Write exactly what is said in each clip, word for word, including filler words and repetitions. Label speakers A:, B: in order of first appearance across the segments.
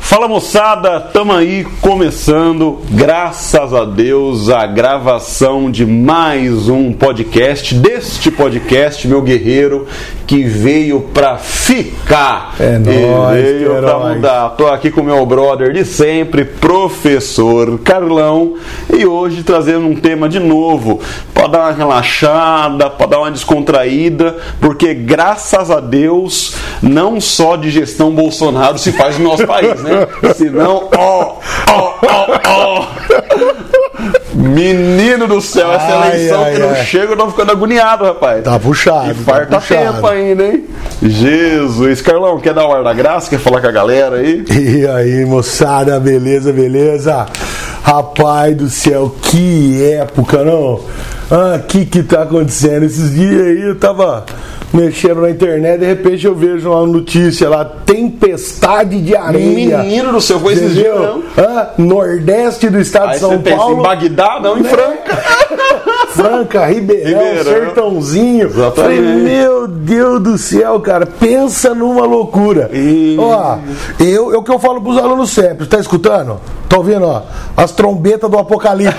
A: Fala moçada, tamo aí começando, graças a Deus, a gravação de mais um podcast, deste podcast, meu guerreiro, que veio pra ficar.
B: É nóis,
A: veio
B: é
A: pra
B: nóis.
A: mudar. Tô aqui com o meu brother de sempre, professor Carlão, e hoje trazendo um tema de novo, pra dar uma relaxada, pra dar uma descontraída, porque graças a Deus, não só de gestão Bolsonaro se faz no nosso país, né? Senão, ó, ó, ó, ó. Menino do céu, essa
B: Ai,
A: eleição
B: ai,
A: que não
B: ai.
A: chega, eu tô ficando agoniado, rapaz.
B: Tá puxado.
A: E farta
B: tá puxado.
A: tempo ainda, hein? Jesus. Carlão, quer dar o ar da graça? Quer falar com a galera aí?
B: E aí, moçada, beleza, beleza? Rapaz do céu, que época, não? Ah, o que que tá acontecendo? Esses dias aí eu tava mexendo na internet, de repente eu vejo uma notícia lá, tempestade de areia.
A: Menino do céu, foi esses dias, não?
B: Ah, Nordeste do estado
A: Aí
B: de São
A: você pensa
B: Paulo.
A: em Bagdá, não em Franca.
B: Franca, Ribeirão,
A: Ribeirão.
B: Sertãozinho.
A: Exatamente.
B: Falei, meu Deus do céu, cara, pensa numa loucura.
A: E-
B: Ó, eu, é o que eu falo pros alunos sempre, tá escutando? Tá ouvindo, ó? As trombetas do apocalipse.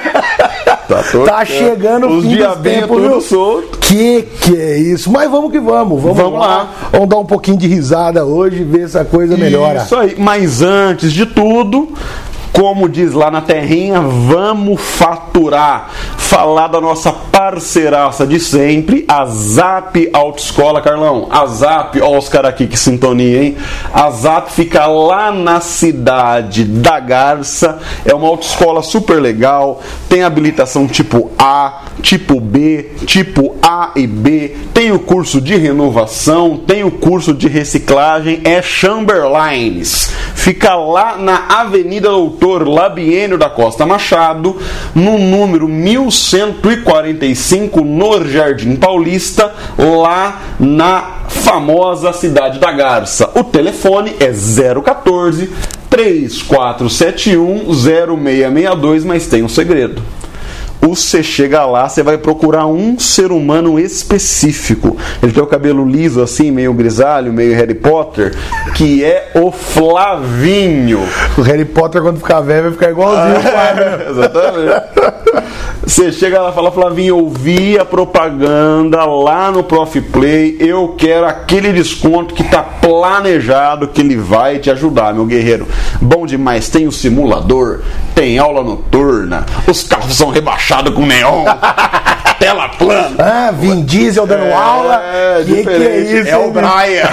A: Tá, tô-
B: Tá chegando o
A: os
B: fim dos
A: diabinhos
B: tempos,
A: tudo
B: viu?
A: solto.
B: Que que é isso? Mas vamos que vamos, vamos,
A: Vamos
B: lá.
A: lá.
B: Vamos dar um pouquinho de risada hoje e ver se a coisa melhora.
A: Isso aí. Mas antes de tudo, como diz lá na terrinha, vamos faturar. Falar da nossa parceiraça de sempre, a Zap Autoescola, Carlão. A Zap, ó os caras aqui que sintonia, hein? A Zap fica lá na cidade da Garça. É uma autoescola super legal. Tem habilitação tipo A, tipo B, tipo A e B. Tem o curso de renovação, tem o curso de reciclagem. É Chamberlains. Fica lá na Avenida Doutor Labienio da Costa Machado, no número mil cento e quarenta e cinco, no Jardim Paulista, lá na famosa cidade da Garça. O telefone é zero um quatro, três quatro sete um, zero seis seis dois, mas tem um segredo. Você chega lá, você vai procurar um ser humano específico. Ele tem o cabelo liso assim, meio grisalho, meio Harry Potter, que é o Flavinho.
B: O Harry Potter, quando ficar velho, vai ficar igualzinho o pai, né?
A: Exatamente. Você chega lá e fala, Flavinho, eu vi a propaganda lá no Profplay, eu quero aquele desconto que tá planejado, que ele vai te ajudar, meu guerreiro. Bom demais, tem o simulador, tem aula noturna, os carros são rebaixados com neon, tela plana.
B: Ah, Vin Diesel dando
A: É,
B: aula. Que que é
A: diferente.
B: isso?
A: É o
B: hein?
A: Brian.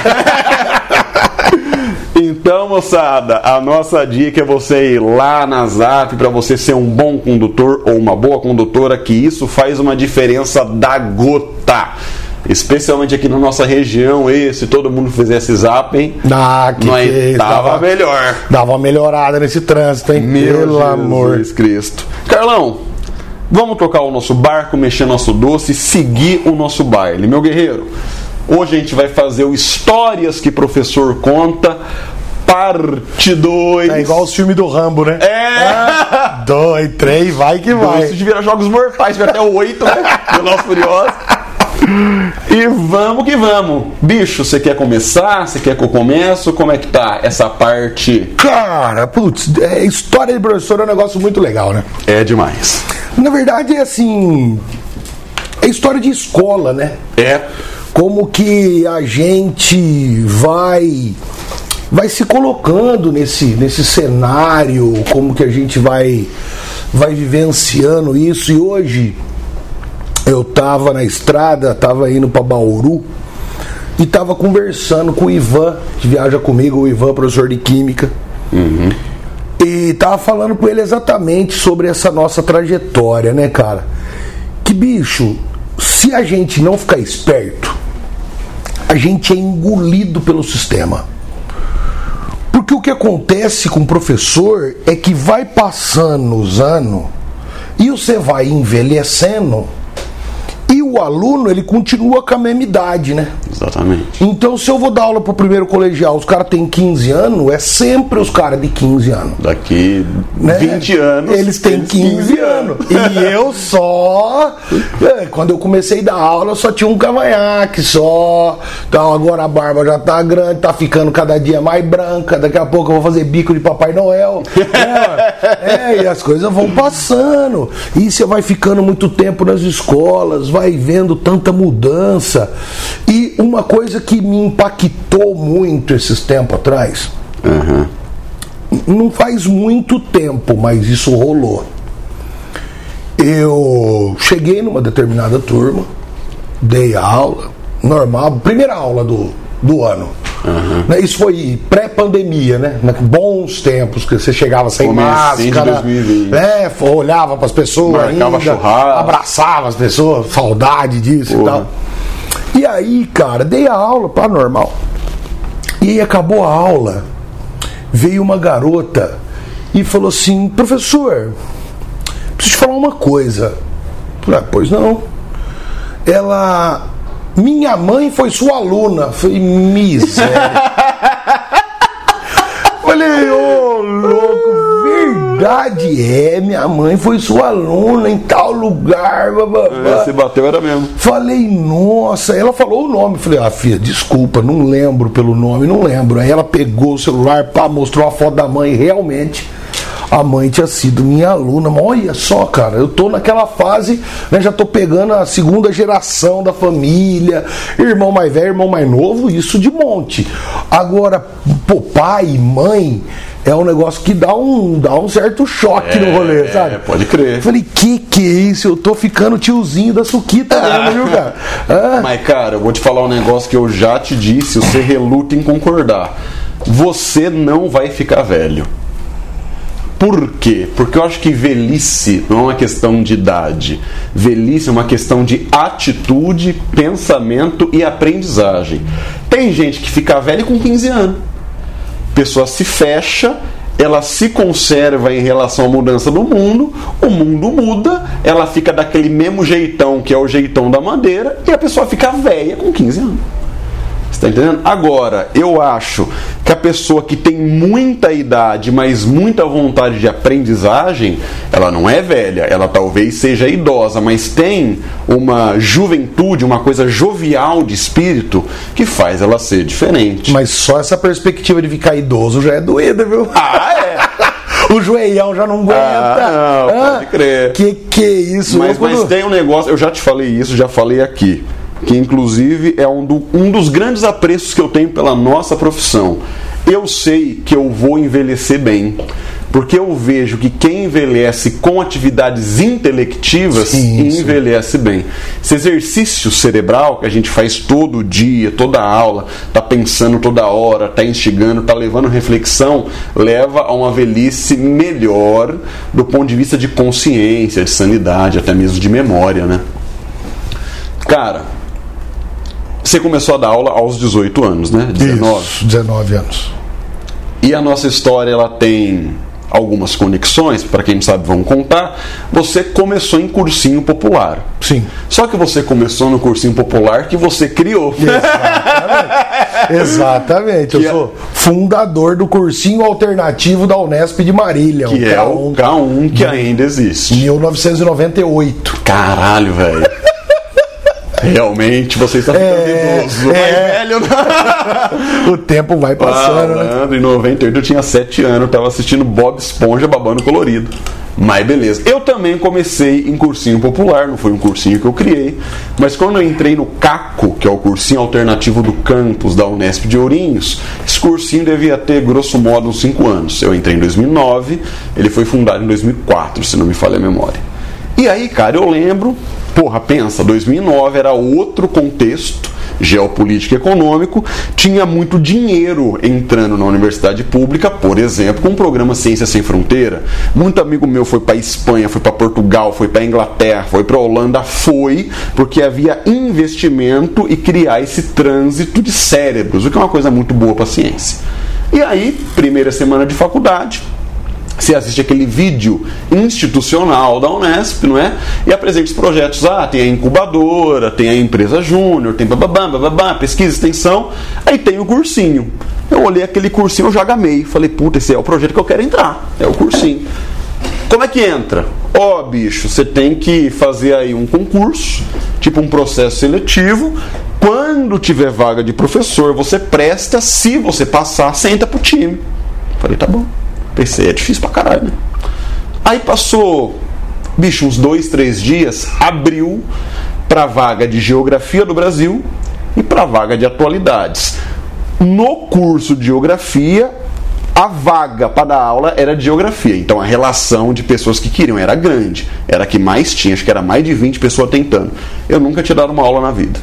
A: Então, moçada, a nossa dica é você ir lá na Zap para você ser um bom condutor ou uma boa condutora, que isso faz uma diferença da gota. Especialmente aqui na nossa região, e se todo mundo fizesse Zap, hein?
B: Ah, que
A: nós
B: que é isso?
A: tava
B: Dava-
A: melhor.
B: Dava uma melhorada nesse trânsito, hein?
A: Meu
B: Pelo
A: Jesus
B: amor.
A: Cristo. Carlão, vamos tocar o nosso barco, mexer nosso doce e seguir o nosso baile. Meu guerreiro, hoje a gente vai fazer o Histórias que Professor Conta, parte dois.
B: É igual os filmes do Rambo, né?
A: É!
B: Ah, dois, três, vai que vai.
A: Isso de virar Jogos Mortais, vai até o oito, né? Velozes e Furiosos. E vamos que vamos. Bicho, você quer começar? Você quer que eu comece? Como é que tá essa parte?
B: Cara, putz, é, história de professor é um negócio muito legal, né?
A: É demais.
B: Na verdade, é assim. É história de escola, né?
A: É.
B: Como que a gente vai vai se colocando nesse, nesse cenário, como que a gente vai vai vivenciando isso. E hoje eu tava na estrada, tava indo para Bauru e tava conversando com o Ivan, que viaja comigo, o Ivan, professor de Química.
A: Uhum.
B: E tava falando com ele exatamente sobre essa nossa trajetória, né, cara? Que, bicho, se a gente não ficar esperto, a gente é engolido pelo sistema. Porque o que acontece com o professor é que vai passando os anos e você vai envelhecendo e o aluno, ele continua com a mesma idade, né?
A: Exatamente.
B: Então, se eu vou dar aula pro primeiro colegial, os caras têm quinze anos, é sempre os caras de quinze anos.
A: Daqui
B: né?
A: vinte anos.
B: Eles têm eles quinze, quinze anos. E eu só. É, quando eu comecei a dar aula, eu só tinha um cavanhaque só. Então, agora a barba já tá grande, tá ficando cada dia mais branca. Daqui a pouco eu vou fazer bico de Papai Noel. É, é, e as coisas vão passando. E você vai ficando muito tempo nas escolas, vai vendo tanta mudança. E uma coisa que me impactou muito esses tempos atrás,
A: uhum.
B: não faz muito tempo, mas isso rolou. Eu cheguei numa determinada turma, dei aula, normal, primeira aula do, do ano. Uhum. Isso foi pré-pandemia, né? Bons tempos que você chegava sem máscara, né? Olhava para as pessoas,
A: marcava
B: ainda,
A: churrasco,
B: abraçava as pessoas, saudade disso Porra. e tal. E aí, cara, dei a aula, pá, normal. E aí acabou a aula, veio uma garota e falou assim: professor, preciso te falar uma coisa. Falei, ah, pois não. Ela... Minha mãe foi sua aluna. Falei, miséria. Falei, ô oh, louco, verdade é, minha mãe foi sua aluna em tal lugar.
A: É, se bateu era mesmo.
B: Falei, nossa, ela falou o nome. Falei, ah, filha, desculpa, não lembro pelo nome, não lembro. Aí ela pegou o celular, pá, mostrou a foto da mãe, realmente. A mãe tinha sido minha aluna. Mas olha só, cara, eu tô naquela fase, né, já tô pegando a segunda geração da família, irmão mais velho, irmão mais novo, isso de monte. Agora, pô, pai, mãe, é um negócio que dá um, dá um certo choque é, no rolê, sabe?
A: É, pode crer.
B: Eu falei, que que é isso? Eu tô ficando tiozinho da Suquita mesmo, viu, cara? Ah.
A: Mas, cara, eu vou te falar um negócio que eu já te disse, você reluta em concordar. Você não vai ficar velho. Por quê? Porque eu acho que velhice não é uma questão de idade. Velhice é uma questão de atitude, pensamento e aprendizagem. Tem gente que fica velha com quinze anos. A pessoa se fecha, ela se conserva em relação à mudança do mundo, o mundo muda, ela fica daquele mesmo jeitão que é o jeitão da madeira e a pessoa fica velha com quinze anos. Você está entendendo? Agora, eu acho que a pessoa que tem muita idade, mas muita vontade de aprendizagem, ela não é velha, ela talvez seja idosa, mas tem uma juventude, uma coisa jovial de espírito que faz ela ser diferente.
B: Mas só essa perspectiva de ficar idoso já é doida, viu?
A: Ah, é?
B: O joelhão já não aguenta.
A: Ah, não, ah, pode crer.
B: Que que é isso?
A: Mas, mas tem um negócio, eu já te falei isso, já falei aqui, que inclusive é um, do, um dos grandes apreços que eu tenho pela nossa profissão. Eu sei que eu vou envelhecer bem, porque eu vejo que quem envelhece com atividades intelectivas sim, envelhece sim. bem. Esse exercício cerebral que a gente faz todo dia, toda aula, tá pensando toda hora, tá instigando, tá levando reflexão, leva a uma velhice melhor do ponto de vista de consciência, de sanidade, até mesmo de memória, né? Cara, você começou a dar aula aos dezoito anos, né? dezenove.
B: Isso, dezenove anos.
A: E a nossa história, ela tem algumas conexões, para quem não sabe, vamos contar. Você começou em cursinho popular.
B: Sim.
A: Só que você começou no cursinho popular que você criou.
B: Exatamente. Exatamente. Eu que sou é... fundador do cursinho alternativo da Unesp de Marília.
A: Que é o K um que ainda existe.
B: mil novecentos e noventa e oito.
A: Caralho, velho. Realmente você está ficando é, idoso,
B: é,
A: velho.
B: O tempo vai passando.
A: Falando, né? Em noventa e oito eu tinha sete anos, estava assistindo Bob Esponja babando colorido. Mas beleza. Eu também comecei em cursinho popular, não foi um cursinho que eu criei, mas quando eu entrei no CACO, que é o cursinho alternativo do campus da Unesp de Ourinhos, esse cursinho devia ter, grosso modo, uns cinco anos. Eu entrei em dois mil e nove, ele foi fundado em dois mil e quatro, se não me falha a memória. E aí, cara, eu lembro, porra, pensa, dois mil e nove era outro contexto geopolítico e econômico, tinha muito dinheiro entrando na universidade pública, por exemplo, com o programa Ciência Sem Fronteira. Muito amigo meu foi para Espanha, foi para Portugal, foi para Inglaterra, foi para Holanda, foi porque havia investimento e criar esse trânsito de cérebros, o que é uma coisa muito boa para a ciência. E aí, primeira semana de faculdade, Você assiste aquele vídeo institucional da Unesp, não é? E apresenta os projetos. Ah, tem a incubadora, tem a empresa júnior, tem bababam, bababam, pesquisa, extensão. Aí tem o cursinho. Eu olhei aquele cursinho, eu já gamei. Falei, puta, esse é o projeto que eu quero entrar. É o cursinho. Como é que entra? Ó, oh, bicho, você tem que fazer aí um concurso, tipo um processo seletivo. Quando tiver vaga de professor, você presta. Se você passar, você entra pro time. Falei, tá bom. Pensei, é difícil pra caralho, né? Aí passou, bicho, uns dois, três dias, abriu pra vaga de Geografia do Brasil e pra vaga de Atualidades. No curso de Geografia, a vaga para dar aula era de Geografia. Então a relação de pessoas que queriam era grande. Era a que mais tinha, acho que era mais de vinte pessoas tentando. Eu nunca tinha dado uma aula na vida.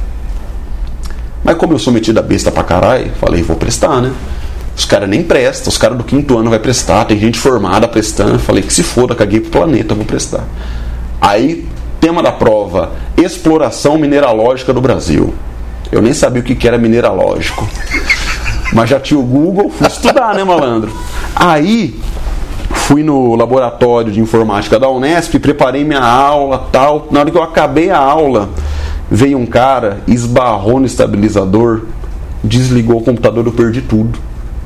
A: Mas como eu sou metido a besta pra caralho, falei, vou prestar, né? Os caras nem prestam, os caras do quinto ano vai prestar, tem gente formada prestando. Falei que se foda, caguei pro planeta, vou prestar. Aí, tema da prova, exploração mineralógica do Brasil. Eu nem sabia o que era mineralógico, mas já tinha o Google, fui estudar, né, malandro? Aí, fui no laboratório de informática da Unesp, preparei minha aula, tal. Na hora que eu acabei a aula, veio um cara, esbarrou no estabilizador, desligou o computador, eu perdi tudo.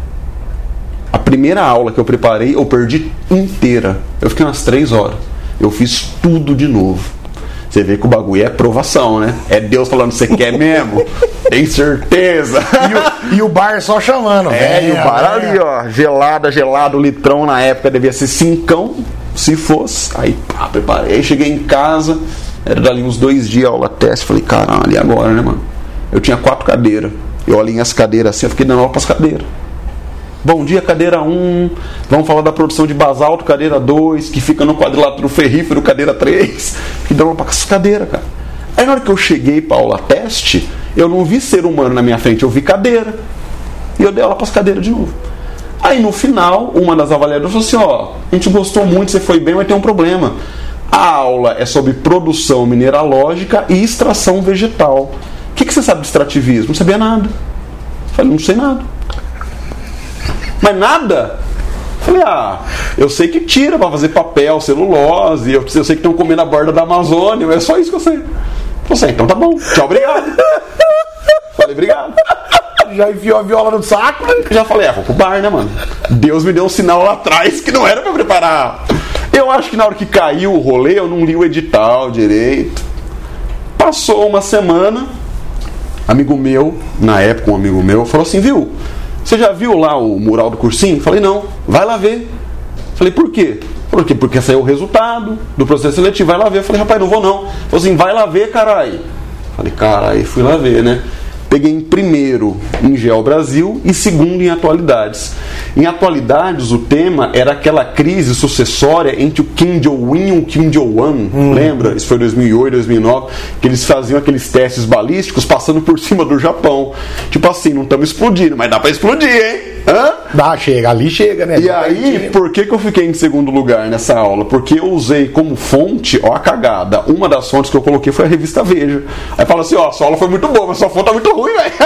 A: A primeira aula que eu preparei, eu perdi inteira. Eu fiquei umas três horas. Eu fiz tudo de novo. Você vê que o bagulho é provação, né? É Deus falando, você quer mesmo? Tem certeza?
B: E o, e o bar só chamando.
A: É, e o bar ali, ó. Gelada, gelado, litrão na época devia ser cincão, se fosse. Aí, pá, preparei. Cheguei em casa, era dali uns dois dias aula teste. Falei, caralho, e agora, né, mano? Eu tinha quatro cadeiras. Eu olhei as cadeiras assim, eu fiquei dando aula pras cadeiras. Bom dia, cadeira um. Vamos falar da produção de basalto, cadeira dois, que fica no quadrilátero ferrífero, cadeira três. Que dá uma pra essas cadeiras, cara. Aí na hora que eu cheguei pra aula teste, eu não vi ser humano na minha frente, eu vi cadeira. E eu dei aula pras cadeiras de novo. Aí no final, uma das avaliadoras falou assim, ó, a gente gostou muito, você foi bem, mas tem um problema. A aula é sobre produção mineralógica e extração vegetal. O que, que você sabe de extrativismo? Não sabia nada. Falei, não sei nada. Mas nada? Falei, ah, eu sei que tira pra fazer papel, celulose, eu, eu sei que estão comendo a borda da Amazônia, é só isso que eu sei. Falei assim, então tá bom, tchau, obrigado. Falei, obrigado.
B: Já enfiou a viola no saco?
A: Já falei, ah, vou pro bar, né, mano? Deus me deu um sinal lá atrás que não era pra preparar. Eu acho que na hora que caiu o rolê, eu não li o edital direito. Passou uma semana, amigo meu, na época um amigo meu, falou assim, viu? Você já viu lá o mural do cursinho? Falei, não, vai lá ver. Falei, por quê? Por quê? Porque saiu o resultado do processo seletivo, vai lá ver. Falei, rapaz, não vou não. Falei assim, vai lá ver, caralho. Falei, caralho, fui lá ver, né? Peguei em primeiro em Geo Brasil e segundo em Atualidades. Em Atualidades, o tema era aquela crise sucessória entre o Kim Jong-un e o Kim Jong-un. Hum. Lembra? Isso foi em dois mil e oito, dois mil e nove, que eles faziam aqueles testes balísticos passando por cima do Japão. Tipo assim, não estamos explodindo, mas dá pra explodir, hein? Hã?
B: Dá, chega, ali chega, né?
A: E aí, por que, que eu fiquei em segundo lugar nessa aula? Porque eu usei como fonte, ó a cagada, uma das fontes que eu coloquei foi a revista Veja. Aí fala assim, ó, sua aula foi muito boa, mas sua fonte tá muito ruim, velho.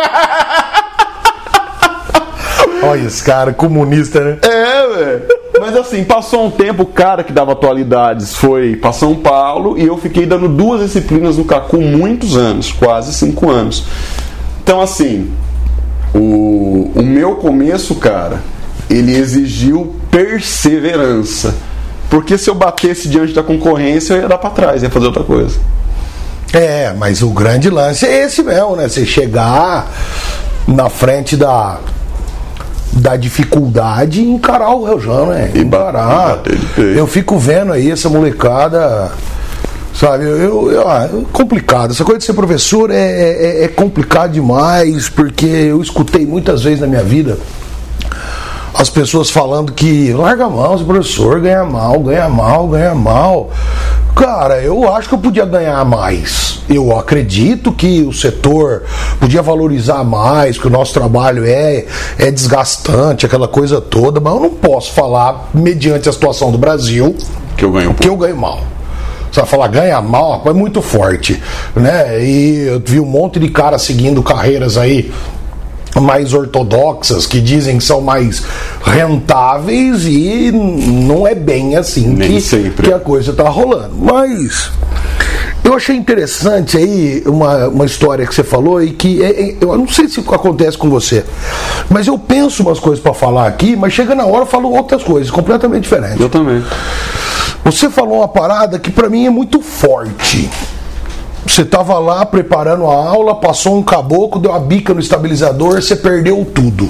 B: Olha esse cara, comunista, né?
A: É, velho. Mas assim, passou um tempo, o cara que dava Atualidades foi pra São Paulo e eu fiquei dando duas disciplinas no Cacu muitos anos, quase cinco anos. Então assim, o, o meu começo, cara, ele exigiu perseverança. Porque se eu batesse diante da concorrência, eu ia dar pra trás, ia fazer outra coisa.
B: É, mas o grande lance é esse mesmo, né? Você chegar na frente da, da dificuldade e encarar o Reujão, né? Encarar. Eu fico vendo aí essa molecada, sabe? Eu, eu, eu, ah, complicado. Essa coisa de ser professor é, é, é complicado demais, porque eu escutei muitas vezes na minha vida as pessoas falando que larga a mão, o professor ganha mal, ganha mal, ganha mal. Cara, eu acho que eu podia ganhar mais. Eu acredito que o setor podia valorizar mais, que o nosso trabalho é, é desgastante, aquela coisa toda, mas eu não posso falar, mediante a situação do Brasil,
A: que eu ganho,
B: que eu ganho mal. Você vai falar ganha mal, é muito forte, né? E eu vi um monte de cara seguindo carreiras aí mais ortodoxas, que dizem que são mais rentáveis, e não é bem assim que, que a coisa está rolando. Mas eu achei interessante aí uma, uma história que você falou, e que é, eu não sei se acontece com você, mas eu penso umas coisas para falar aqui, mas chega na hora eu falo outras coisas completamente diferentes.
A: Eu também.
B: Você falou uma parada que para mim é muito forte. Você estava lá preparando a aula, passou um caboclo, deu uma bica no estabilizador, você perdeu tudo.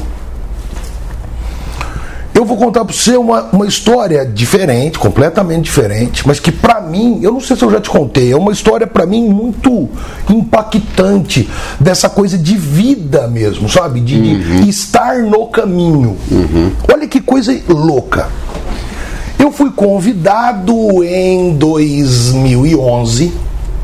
B: Eu vou contar para você uma, uma história diferente, completamente diferente, mas que para mim, eu não sei se eu já te contei, é uma história para mim muito impactante, dessa coisa de vida mesmo, sabe? De, uhum. de estar no caminho. Uhum. Olha que coisa louca. Eu fui convidado em dois mil e onze...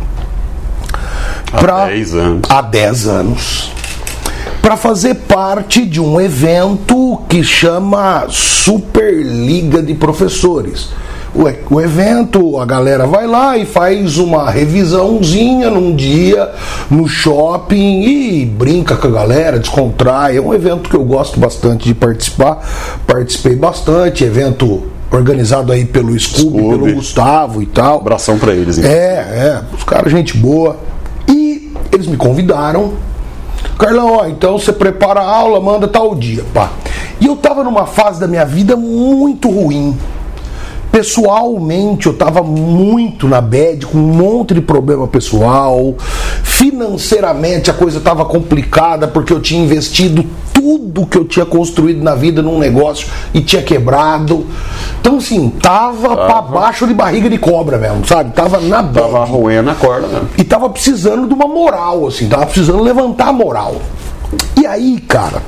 A: Há dez anos.
B: Há dez anos. Para fazer parte de um evento que chama Superliga de Professores. O, o evento, a galera vai lá e faz uma revisãozinha num dia no shopping e brinca com a galera, descontrai. É um evento que eu gosto bastante de participar. Participei bastante, evento organizado aí pelo Scooby, Scooby. pelo Gustavo e tal.
A: Abração pra eles, hein?
B: É, é, os caras, gente boa. E eles me convidaram. Carlão, ó, então você prepara a aula, manda tal dia, pá. E eu tava numa fase da minha vida muito ruim. Pessoalmente eu tava muito na bad, com um monte de problema pessoal. Financeiramente a coisa tava complicada, porque eu tinha investido tudo que eu tinha construído na vida num negócio e tinha quebrado. Então assim, tava ah, pra baixo de barriga de cobra mesmo, sabe? Tava na bad.
A: Tava roendo a corda mesmo.
B: E tava precisando de uma moral, assim, tava precisando levantar a moral. E aí, cara,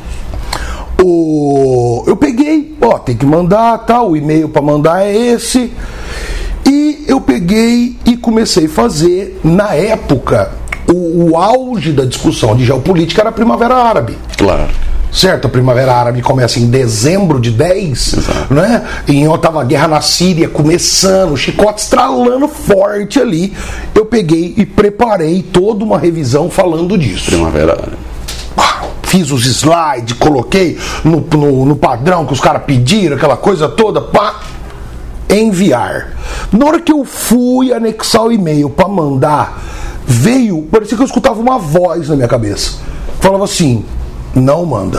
B: o... eu peguei, ó, tem que mandar, tá, o e-mail para mandar é esse. E eu peguei e comecei a fazer, na época, o, o auge da discussão de geopolítica era a Primavera Árabe.
A: Claro.
B: Certo, a Primavera Árabe começa em dezembro de dez, exato, né? E eu tava a guerra na Síria começando, o chicote estralando forte ali. Eu peguei e preparei toda uma revisão falando disso.
A: Primavera Árabe.
B: Fiz os slides, coloquei no, no, no padrão que os caras pediram, aquela coisa toda, pá, enviar. Na hora que eu fui anexar o e-mail para mandar, veio, parecia que eu escutava uma voz na minha cabeça. Falava assim: não manda.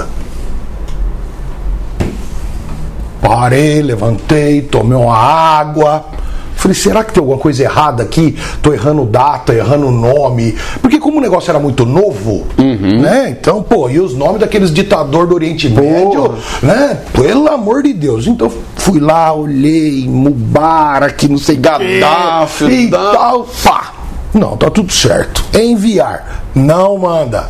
B: Parei, levantei, tomei uma água. Falei, será que tem alguma coisa errada aqui? Tô errando data, errando nome. Porque como o negócio era muito novo, uhum, né? Então, pô, e os nomes daqueles ditadores do Oriente Médio, né? Pelo amor de Deus. Então, fui lá, olhei, Mubarak, não sei, Gaddafi e tal, pá. Não, tá tudo certo. Enviar. Não manda.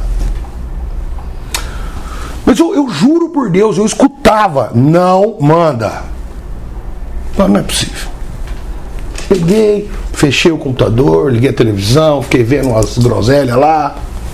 B: Mas eu, eu juro por Deus, eu escutava, não manda. Não, não é possível. Peguei, fechei o computador, liguei a televisão, fiquei vendo umas groselhas lá.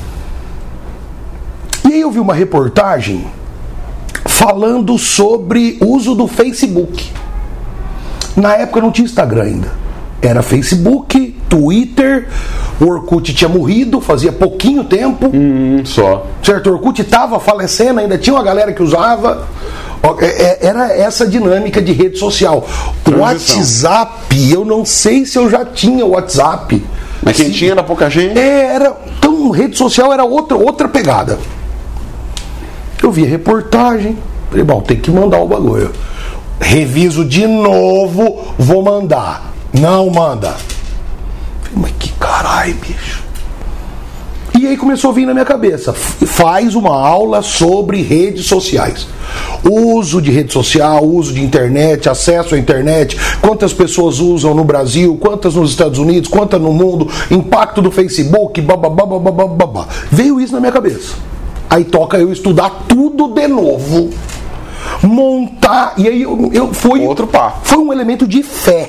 B: E aí eu vi uma reportagem falando sobre o uso do Facebook. Na época não tinha Instagram ainda. Era Facebook, Twitter, o Orkut tinha morrido, fazia pouquinho tempo.
A: Hum, só.
B: Certo, o Orkut estava falecendo, ainda tinha uma galera que usava. Era essa dinâmica de rede social. O WhatsApp, eu não sei se eu já tinha o WhatsApp.
A: Mas quem
B: se...
A: tinha era pouca gente?
B: É, era. Então, rede social era outra, outra pegada. Eu vi a reportagem, falei, bom, tem que mandar o bagulho. Reviso de novo, vou mandar. Não manda. Falei, mas que caralho, bicho. E aí começou a vir na minha cabeça, faz uma aula sobre redes sociais. Uso de rede social, uso de internet, acesso à internet, quantas pessoas usam no Brasil, quantas nos Estados Unidos, quantas no mundo, impacto do Facebook, bababá, bababá, babá. Veio isso na minha cabeça. Aí toca eu estudar tudo de novo, montar, e aí eu, eu foi,
A: outro pá.
B: Foi um elemento de fé.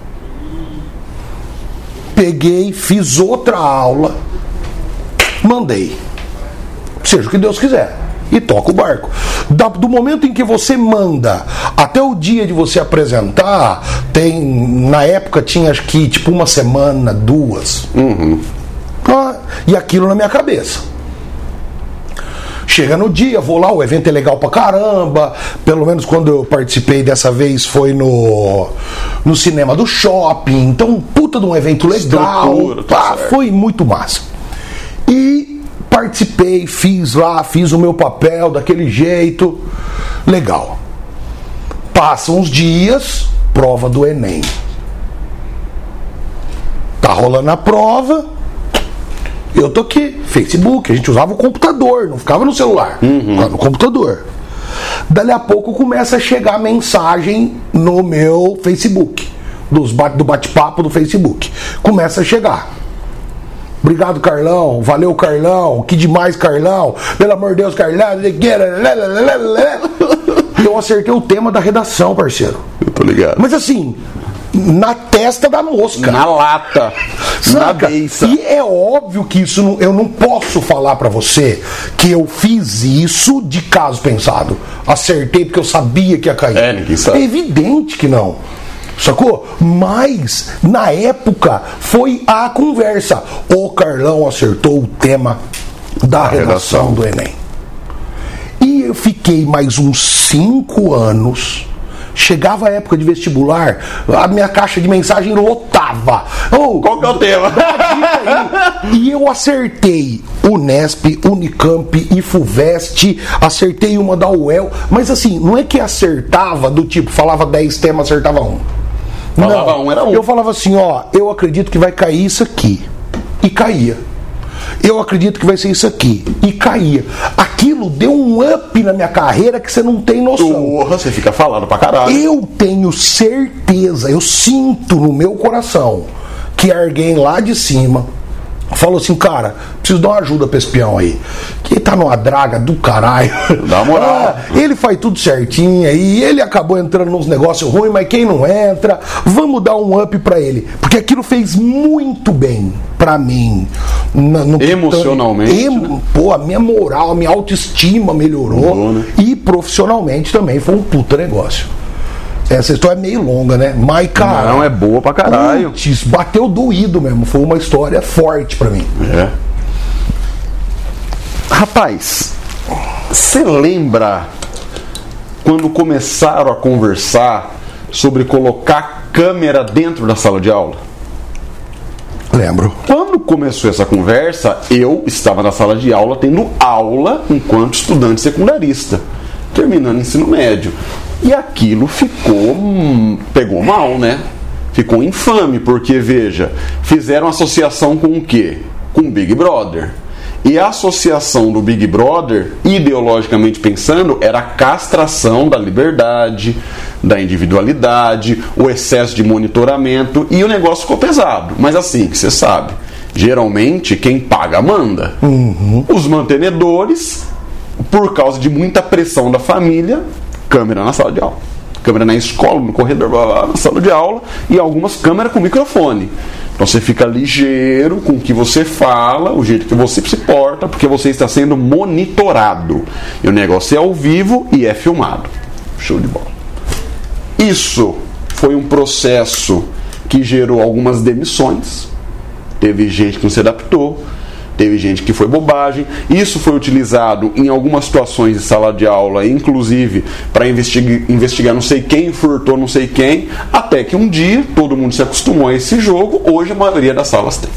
B: Peguei, fiz outra aula, mandei, seja o que Deus quiser, e toca o barco. Do momento em que você manda até o dia de você apresentar, tem, na época tinha acho que tipo uma semana, duas, uhum. Ah, e aquilo na minha cabeça. chega no dia, vou lá, o evento é legal pra caramba. Pelo menos quando eu participei dessa vez foi no, no cinema do shopping. Então, puta de um evento legal. Pá, foi muito massa. E participei, fiz lá, fiz o meu papel daquele jeito. Legal. Passam uns dias, prova do Enem. Tá rolando a prova. Eu tô aqui, Facebook, a gente usava o computador, não ficava no celular, uhum. Ficava no computador. Dali a pouco começa a chegar mensagem no meu Facebook, dos bate, do bate-papo do Facebook. Começa a chegar. Obrigado, Carlão. Valeu, Carlão. Que demais, Carlão. Pelo amor de Deus, Carlão. Eu acertei o tema da redação, parceiro.
A: Eu tô ligado.
B: Mas assim, na testa da mosca.
A: Na lata.
B: Saca?
A: Na beiça.
B: E é óbvio que isso não, eu não posso falar pra você que eu fiz isso de caso pensado. Acertei porque eu sabia que ia cair.
A: É, ninguém sabe.
B: É evidente que não. Sacou? Mas, na época, foi a conversa. O Carlão acertou o tema da redação, redação do Enem. E eu fiquei mais uns cinco anos. Chegava a época de vestibular, a minha caixa de mensagem lotava. Oh,
A: qual que é o tema?
B: E eu acertei Unesp, Unicamp, IFUVEST, acertei uma da U E L, mas assim, não é que acertava do tipo, falava dez temas, acertava um.
A: Falava
B: não,
A: um, era um.
B: Eu falava assim, ó, eu acredito que vai cair isso aqui. E caía. Eu acredito que vai ser isso aqui. E caía. Aquilo deu um up na minha carreira que você não tem noção.
A: Porra, você fica falando pra caralho.
B: Eu tenho certeza, eu sinto no meu coração que alguém lá de cima falou assim, cara, preciso dar uma ajuda pra esse peão aí. Que tá numa draga do caralho.
A: Dá uma moral.
B: Ah, ele faz tudo certinho aí, ele acabou entrando nos negócios ruins, mas quem não entra, vamos dar um up pra ele. Porque aquilo fez muito bem pra mim. No, no
A: Emocionalmente.
B: Em,
A: né?
B: Pô, a minha moral, a minha autoestima melhorou.
A: Bom, né?
B: E profissionalmente também foi um puta negócio. Essa história é meio longa, né? Mas, cara...
A: Não, é boa pra caralho.
B: Putz, bateu doído mesmo. Foi uma história forte pra mim.
A: É. Rapaz, você lembra quando começaram a conversar sobre colocar câmera dentro da sala de aula?
B: Lembro.
A: Quando começou essa conversa, eu estava na sala de aula tendo aula enquanto estudante secundarista, terminando o ensino médio. E aquilo ficou, hum, pegou mal, né? Ficou infame, porque, veja, fizeram associação com o quê? Com o Big Brother. E a associação do Big Brother, ideologicamente pensando, era a castração da liberdade, da individualidade, o excesso de monitoramento, e o negócio ficou pesado. Mas assim, você sabe, geralmente quem paga manda.
B: Uhum.
A: Os mantenedores, por causa de muita pressão da família, câmera na sala de aula, câmera na escola, no corredor, blá, blá, na sala de aula, e algumas câmeras com microfone. Então você fica ligeiro com o que você fala, o jeito que você se porta, porque você está sendo monitorado. E o negócio é ao vivo e é filmado. Show de bola. Isso foi um processo que gerou algumas demissões. Teve gente que não se adaptou. Teve gente que foi bobagem. Isso foi utilizado em algumas situações de sala de aula, inclusive para investigar, investigar não sei quem furtou não sei quem, até que um dia todo mundo se acostumou a esse jogo. Hoje a maioria das salas tem.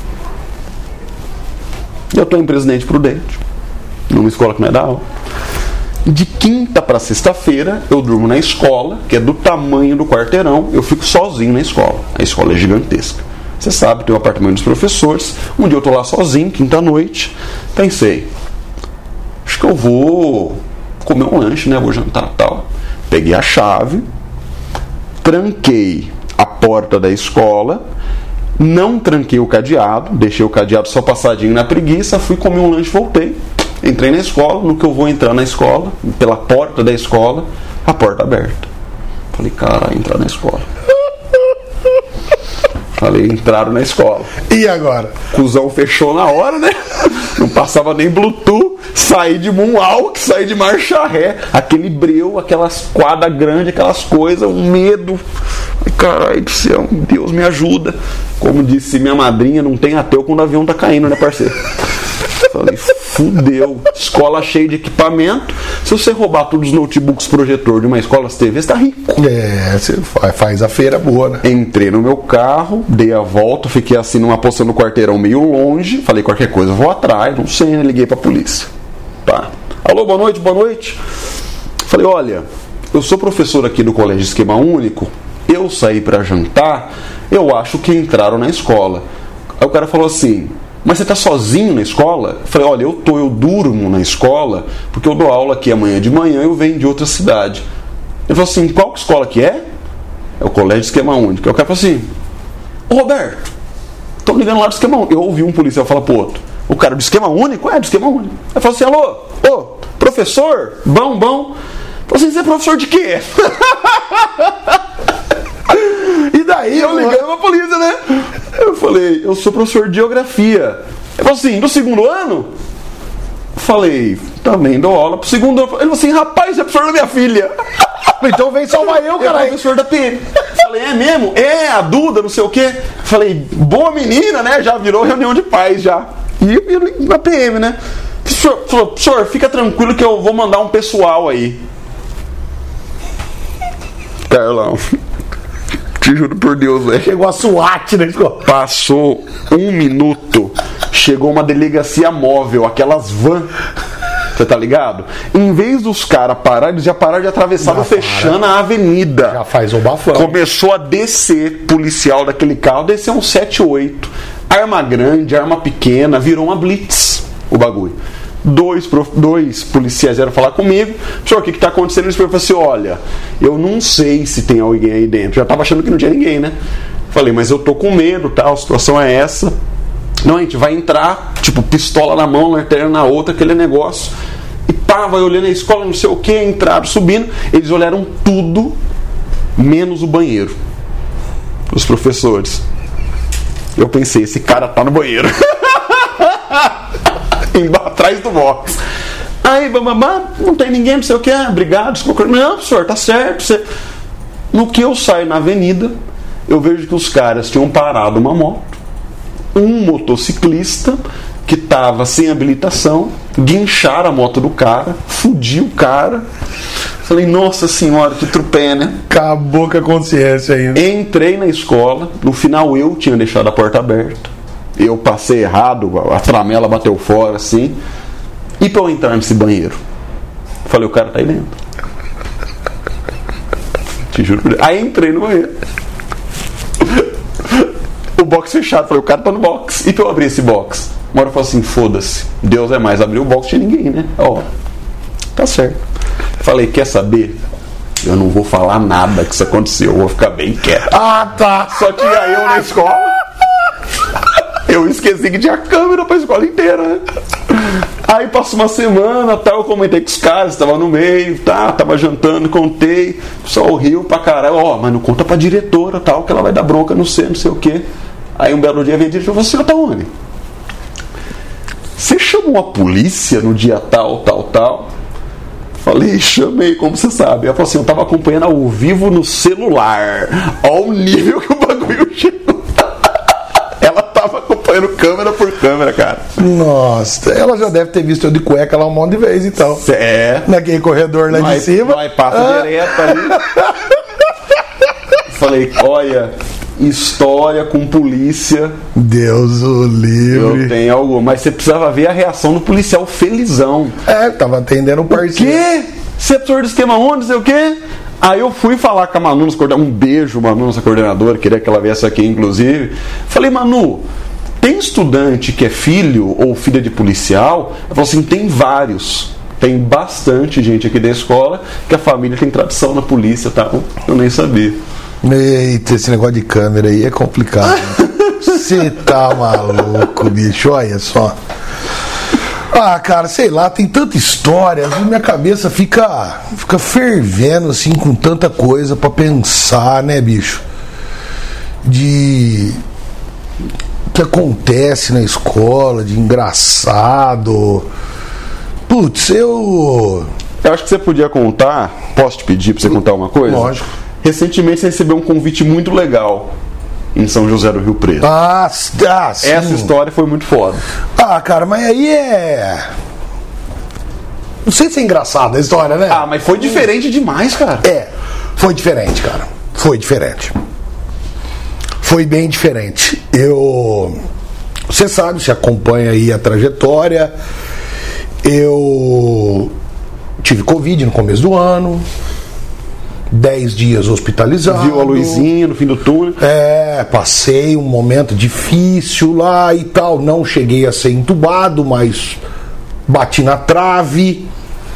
A: Eu estou em Presidente Prudente, numa escola que não é da aula. De quinta para sexta-feira eu durmo na escola, que é do tamanho do quarteirão. Eu fico sozinho na escola. A escola é gigantesca. Você sabe, tem o apartamento dos professores. Um dia eu tô lá sozinho, quinta-noite. Pensei, acho que eu vou comer um lanche, né? Vou jantar e tal. Peguei a chave, tranquei a porta da escola, não tranquei o cadeado, deixei o cadeado só passadinho na preguiça, fui comer um lanche, voltei. Entrei na escola, no que eu vou entrar na escola, pela porta da escola, a porta aberta. Falei, cara, entrar na escola. Falei, entraram na escola.
B: E agora?
A: Cusão fechou na hora, né? Não passava nem Bluetooth. Saí de moonwalk, saí de marcha ré. Aquele breu, aquelas quadras grandes, aquelas coisas, um medo. Ai, caralho do céu, Deus me ajuda. Como disse minha madrinha, não tem ateu quando o avião tá caindo, né, parceiro? Falei, fudeu. Escola cheia de equipamento. Se você roubar todos os notebooks projetor de uma escola, as T Vs, tá rico.
B: É, você faz a feira boa, né?
A: Entrei no meu carro, dei a volta, fiquei assim numa posição no quarteirão meio longe. Falei, qualquer coisa, vou atrás, não sei, né? Liguei pra polícia. Tá. Alô, boa noite, boa noite. Falei, olha, eu sou professor aqui do Colégio Esquema Único. Eu saí pra jantar, eu acho que entraram na escola. Aí o cara falou assim, mas você tá sozinho na escola? Eu falei, olha, eu tô, eu durmo na escola, porque eu dou aula aqui amanhã de manhã, eu venho de outra cidade. Ele falou assim, qual escola que é? É o Colégio Esquema Único. Aí o cara falou assim, ô Roberto, tô ligando lá do Esquema Único. Eu ouvi um policial falar pro outro, o cara do Esquema Único? É, do Esquema Único. Aí falou assim, alô, ô, professor, bom, bom. Falou assim, você é professor de quê?
B: E daí,
A: eu liguei pra polícia, né? Eu falei, eu sou professor de geografia. Ele falou assim, do segundo ano? Eu falei, também dou aula pro segundo ano. Ele falou assim, rapaz, você é professor da minha filha.
B: Então vem salvar eu, cara.
A: É professor da P M. Eu falei, é mesmo? É, a Duda, não sei o quê. Eu falei, boa menina, né? Já virou reunião de pais já. E eu na P M, né? O professor falou, professor, fica tranquilo que eu vou mandar um pessoal aí. Carlão, te juro por Deus, velho.
B: Chegou a SWAT na escola.
A: Passou um minuto, chegou uma delegacia móvel, aquelas van. Você tá ligado? Em vez dos caras pararem, eles já pararam de atravessar, fechando a avenida.
B: Já faz o bafão.
A: Começou a descer policial daquele carro, desceu um sete oito. Arma grande, arma pequena, virou uma blitz o bagulho. Dois, dois policiais vieram falar comigo. Senhor, o que está acontecendo? Eles falaram assim, olha, eu não sei se tem alguém aí dentro. Já estava achando que não tinha ninguém, né? Falei, mas eu tô com medo, tá? A situação é essa. Não, a gente vai entrar, tipo, pistola na mão, lanterna na outra, aquele negócio. E pá, vai olhando a escola, não sei o que, entraram, subindo. Eles olharam tudo, menos o banheiro. Os professores. Eu pensei, esse cara tá no banheiro. Atrás do box. Aí, bababá, não tem ninguém, não sei o que, obrigado. Não, senhor, tá certo. Você... No que eu saio na avenida, eu vejo que os caras tinham parado uma moto, um motociclista que estava sem habilitação, guincharam a moto do cara, fudiu o cara. Falei, nossa senhora, que trupé, né?
B: Acabou com a consciência ainda.
A: Entrei na escola, no final eu tinha deixado a porta aberta. Eu passei errado, a tramela bateu fora, assim. E pra eu entrar nesse banheiro? Falei, o cara tá aí dentro. Te juro por Deus. Aí entrei no banheiro. O box fechado. Falei, o cara tá no box. E pra eu abrir esse box? Uma hora eu falei assim, foda-se. Deus é mais. Abriu o box, tinha ninguém, né? Ó, tá certo. Falei, quer saber? Eu não vou falar nada que isso aconteceu. Eu vou ficar bem quieto.
B: Ah, tá.
A: Só tinha eu na escola. Eu esqueci que tinha câmera pra escola inteira, né? Aí passou uma semana, tal, eu comentei com os caras, estava no meio, tá, tava jantando, contei, só riu pra caralho, ó, mas não conta pra diretora, tal, que ela vai dar bronca, não sei, não sei o quê. Aí um belo dia veio a diretora e falou, senhor, tá onde? Você chamou a polícia no dia tal, tal, tal? Falei, chamei, como você sabe. Ela falou assim, eu tava acompanhando ao vivo no celular. Ó o nível que o bagulho chegou. Ela tava acompanhando câmera por câmera, cara.
B: Nossa, ela já deve ter visto eu de cueca lá um monte de vezes, então.
A: É.
B: Naquele corredor lá
A: vai,
B: de cima.
A: Vai, passa ah. direto ali. Falei, olha, história com polícia.
B: Deus o livre.
A: Eu tenho algo, mas você precisava ver a reação do policial felizão.
B: É, tava atendendo o parceiro.
A: O quê? Você é professor do esquema onde, não sei o quê? Aí eu fui falar com a Manu, um beijo, Manu, nossa coordenadora, queria que ela viesse aqui, inclusive. Falei, Manu, tem estudante que é filho ou filha de policial? Ela falou assim, tem vários. Tem bastante gente aqui da escola que a família tem tradição na polícia, tá? Eu nem sabia.
B: Eita, esse negócio de câmera aí é complicado. Você tá maluco, bicho, olha só. Ah, cara, sei lá, tem tanta história, às vezes minha cabeça fica, fica fervendo, assim, com tanta coisa pra pensar, né, bicho? De... o que acontece na escola, de engraçado. Putz, eu...
A: Eu acho que você podia contar, posso te pedir pra você contar uma coisa?
B: Lógico.
A: Recentemente você recebeu um convite muito legal em São José do Rio Preto.
B: Ah, ah sim.
A: Essa história foi muito foda.
B: Ah, cara, mas aí é... Não sei se é engraçada a história, né?
A: Ah, mas foi diferente demais, cara.
B: É, foi diferente, cara. Foi diferente. Foi bem diferente. Eu... Você sabe, você acompanha aí a trajetória. Eu tive Covid no começo do ano. Dez dias hospitalizado.
A: Viu a luzinha no fim do túnel?
B: É, passei um momento difícil lá e tal. Não cheguei a ser entubado, mas bati na trave.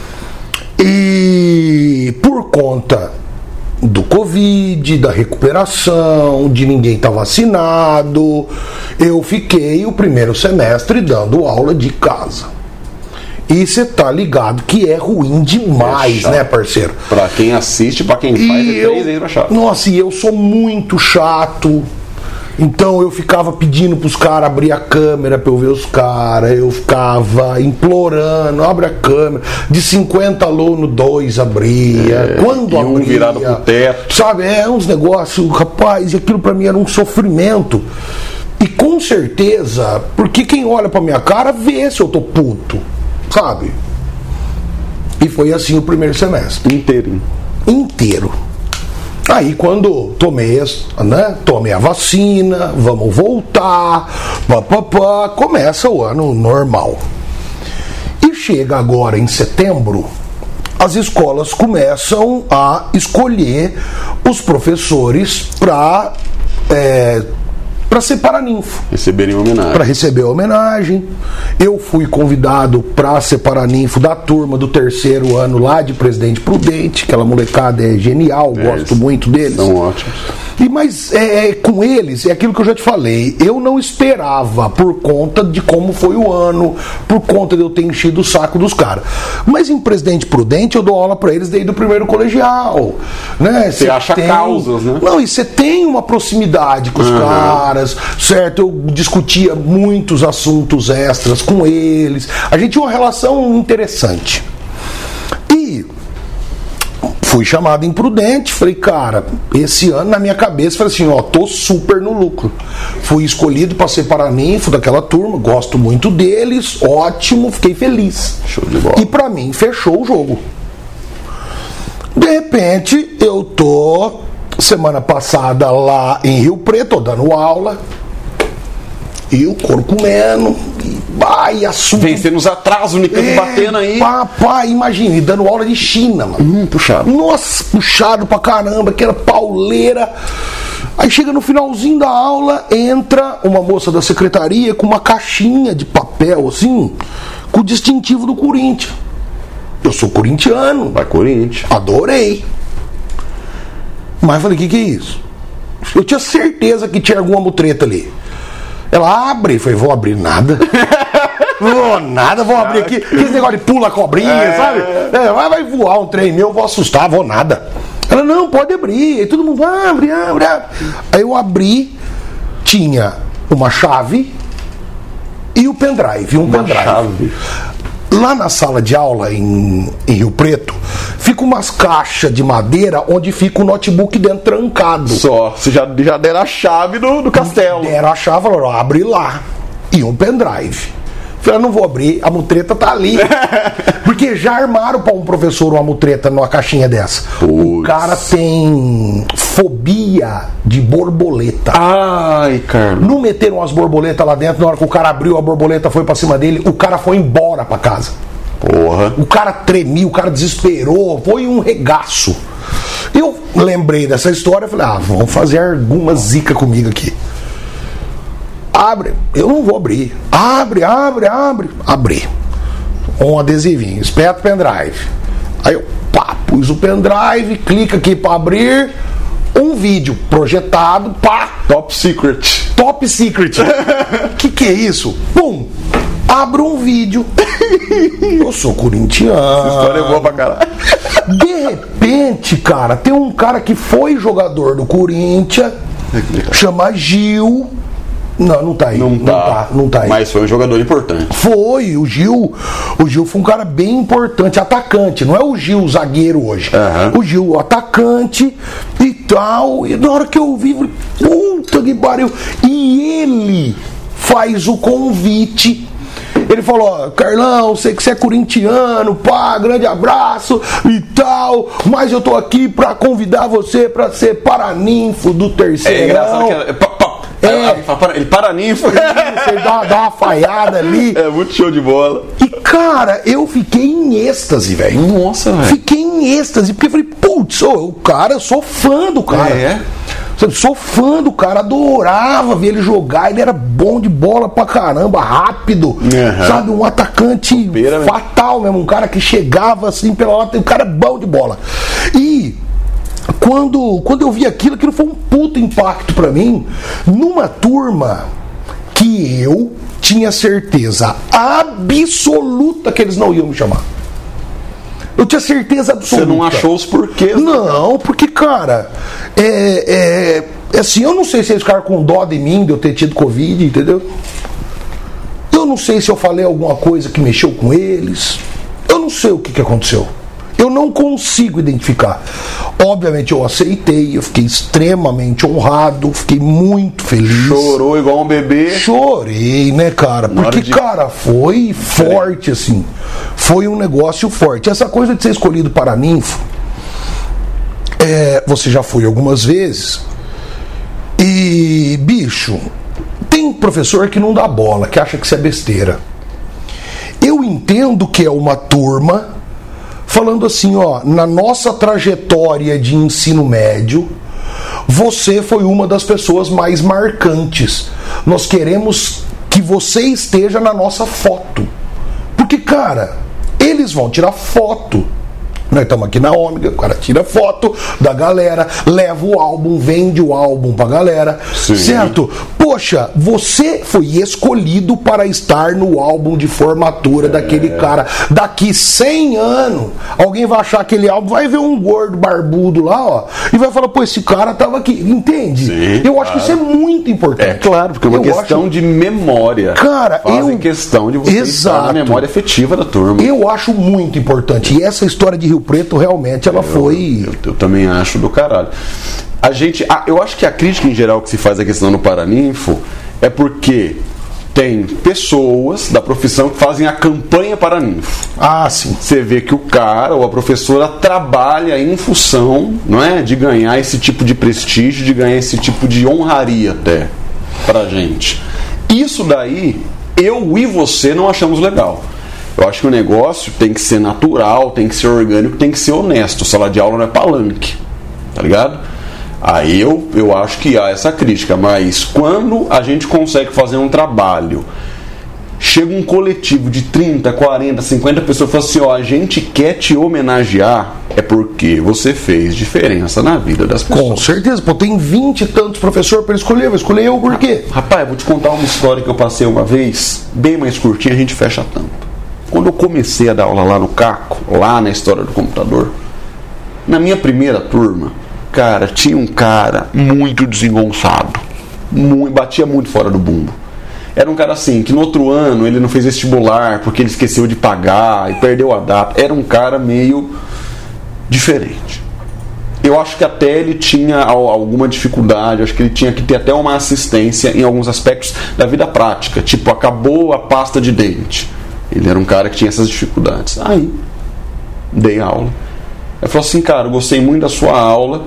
B: E por conta do Covid, da recuperação, de ninguém estar vacinado, eu fiquei o primeiro semestre dando aula de casa. E você tá ligado que é ruim demais, é né, parceiro?
A: Pra quem assiste, pra quem faz,
B: e
A: é três vezes mais chato.
B: Nossa, e eu sou muito chato. Então eu ficava pedindo pros caras abrir a câmera pra eu ver os caras. Eu ficava implorando, abre a câmera. De cinquenta alunos, dois abria.
A: É,
B: Quando
A: e
B: abria,
A: um virado pro teto.
B: Sabe, é uns negócios, rapaz, e aquilo pra mim era um sofrimento. E com certeza, porque quem olha pra minha cara vê se eu tô puto, sabe? E foi assim o primeiro semestre.
A: Inteiro.
B: Inteiro. Aí quando tomei, né, tomei a vacina, vamos voltar, pá, pá, pá, começa o ano normal. E chega agora em setembro, as escolas começam a escolher os professores para é, para ser paraninfo.
A: Receberem homenagem.
B: Para receber a homenagem. Eu fui convidado para ser paraninfo da turma do terceiro ano lá de Presidente Prudente. Aquela molecada é genial, é, gosto muito deles.
A: São ótimos.
B: E, mas é, com eles, é aquilo que eu já te falei, eu não esperava por conta de como foi o ano, por conta de eu ter enchido o saco dos caras. Mas em Presidente Prudente eu dou aula para eles desde o primeiro colegial. Né?
A: Você acha
B: tem...
A: causas, né?
B: Não, e você tem uma proximidade com os uhum. caras, certo? Eu discutia muitos assuntos extras com eles. A gente tinha uma relação interessante. E fui chamado imprudente, falei, cara, esse ano na minha cabeça, falei assim, ó, tô super no lucro. Fui escolhido para ser paraninfo daquela turma, gosto muito deles, ótimo, fiquei feliz.
A: Show de bola.
B: E pra mim, fechou o jogo. De repente, eu tô, semana passada lá em Rio Preto, tô dando aula, e o couro comendo, e vai, assunto.
A: Vencendo os atrasos, o Nicano é, batendo aí.
B: Papai, imagine, dando aula de China, mano.
A: Hum, puxado.
B: Nossa, puxado pra caramba, que era pauleira. Aí chega no finalzinho da aula, entra uma moça da secretaria com uma caixinha de papel, assim, com o distintivo do Corinthians. Eu sou corintiano.
A: Vai, Corinthians.
B: Adorei. Mas falei, o que, que é isso? Eu tinha certeza que tinha alguma mutreta ali. Ela abre, eu falei, vou abrir nada. Vou nada, vou abrir aqui. Que esse negócio de pula cobrinha, é. sabe? É, vai, vai voar um trem meu, eu vou assustar, vou nada. Ela, não, pode abrir. Aí todo mundo, abre, abre, abre. Aí eu abri, tinha uma chave e o pendrive, um
A: uma
B: pendrive.
A: Chave.
B: Lá na sala de aula em, em Rio Preto, fica umas caixas de madeira onde fica o notebook dentro trancado.
A: Só, você já, já deram a chave do, do castelo.
B: Deram a chave, falaram, abre lá. E um pendrive. Falei, não vou abrir, a mutreta tá ali. Porque já armaram para um professor uma mutreta numa caixinha dessa. Puts. O cara tem fobia de borboleta.
A: Ai, cara.
B: Não meteram umas borboletas lá dentro, na hora que o cara abriu, a borboleta foi para cima dele, o cara foi embora para casa.
A: Porra.
B: O cara tremia, o cara desesperou, foi um regaço. Eu lembrei dessa história, falei, ah, vamos fazer alguma zica comigo aqui. Abre, eu não vou abrir. Abre, abre, abre. Abri. Um adesivinho, espeta o pendrive. Aí eu, pá, pus o pendrive, clica aqui para abrir. Um vídeo projetado, pá.
A: Top secret.
B: Top secret. Que que é isso? Pum. Abro um vídeo. Eu sou corintiano.
A: Essa história é boa pra caralho.
B: De repente, cara, tem um cara que foi jogador do Corinthians, chama Gil. Não, não tá aí.
A: Não,
B: não
A: tá.
B: tá, não tá aí.
A: Mas foi um jogador importante.
B: Foi, o Gil. O Gil foi um cara bem importante, atacante. Não é o Gil zagueiro hoje. Uhum. O Gil, atacante e tal. E na hora que eu vi, falei, puta que pariu. E ele faz o convite Ele falou, ó, Carlão, sei que você é corintiano, pá, grande abraço e tal, mas eu tô aqui pra convidar você pra ser paraninfo do Terceirão.
A: É engraçado que é, pa, pa,
B: É.
A: Ele fala, ele paraninfo.
B: Você dá uma, dá uma falhada ali.
A: É muito show de bola.
B: E, cara, eu fiquei em êxtase, velho.
A: Nossa, velho.
B: Fiquei em êxtase, porque eu falei, putz, ô, o cara, eu sou fã do cara.
A: É.
B: Sabe, sou fã do cara, adorava ver ele jogar, ele era bom de bola pra caramba, rápido,
A: Uhum.
B: sabe, um atacante
A: Beira,
B: fatal mesmo, um cara que chegava assim pela lata, o cara é bom de bola. E quando, quando eu vi aquilo, aquilo foi um puto impacto pra mim, numa turma que eu tinha certeza absoluta que eles não iam me chamar. Eu tinha certeza absoluta.
A: Você não achou os porquês?
B: Não, porque, cara, é, é, é assim, eu não sei se eles ficaram com dó de mim, de eu ter tido Covid, entendeu? Eu não sei se eu falei alguma coisa que mexeu com eles. Eu não sei o que, que aconteceu. Eu não consigo identificar. Obviamente eu aceitei, eu fiquei extremamente honrado, fiquei muito feliz.
A: Chorou igual um bebê.
B: Chorei, né, cara? Porque,
A: de...
B: cara, foi forte, assim. Foi um negócio forte. Essa coisa de ser escolhido para ninfo, é, você já foi algumas vezes. E, bicho, tem professor que não dá bola, que acha que isso é besteira. Eu entendo que é uma turma falando assim, ó, na nossa trajetória de ensino médio, você foi uma das pessoas mais marcantes. Nós queremos que você esteja na nossa foto. Porque, cara, eles vão tirar foto. Nós estamos aqui na Ômega, o cara tira foto da galera, leva o álbum, vende o álbum pra galera. Sim. Certo? Poxa, você foi escolhido para estar no álbum de formatura é. daquele cara. Daqui cem anos, alguém vai achar aquele álbum, vai ver um gordo barbudo lá, ó, e vai falar, pô, esse cara tava aqui. Entende?
A: Sim,
B: eu
A: claro.
B: acho que isso é muito importante.
A: É claro, porque é uma
B: eu
A: questão
B: acho...
A: de memória.
B: Cara,
A: Fazem
B: eu...
A: questão de você
B: Exato.
A: estar na memória afetiva da turma.
B: Eu acho muito importante. E essa história de Rio Preto, realmente, ela
A: eu,
B: foi...
A: Eu, eu também acho do caralho. A gente... Ah, eu acho que a crítica em geral que se faz à questão do Paraninfo é porque tem pessoas da profissão que fazem a campanha Paraninfo.
B: Ah, sim.
A: Você vê que o cara ou a professora trabalha em função, não é, de ganhar esse tipo de prestígio, de ganhar esse tipo de honraria até pra gente. Isso daí, eu e você não achamos legal. Eu acho que o negócio tem que ser natural, tem que ser orgânico, tem que ser honesto. Sala de aula não é palanque, tá ligado? Aí eu, eu acho que há essa crítica, mas quando a gente consegue fazer um trabalho, chega um coletivo de trinta, quarenta, cinquenta pessoas e fala assim, ó, a gente quer te homenagear, é porque você fez diferença na vida das pessoas.
B: Com certeza, pô, tem vinte e tantos professores para escolher, vou escolher eu por quê?
A: Rapaz, vou te contar uma história que eu passei uma vez, bem mais curtinha, a gente fecha a tampa. Quando eu comecei a dar aula lá no Caco, lá na história do computador, na minha primeira turma, cara, tinha um cara muito desengonçado, muito, batia muito fora do bumbo. Era um cara assim, que no outro ano ele não fez vestibular porque ele esqueceu de pagar e perdeu a data. Era um cara meio diferente. Eu acho que até ele tinha alguma dificuldade, acho que ele tinha que ter até uma assistência em alguns aspectos da vida prática, tipo, acabou a pasta de dente. Ele era um cara que tinha essas dificuldades. Aí, dei aula. Ele falou assim, cara, eu gostei muito da sua aula,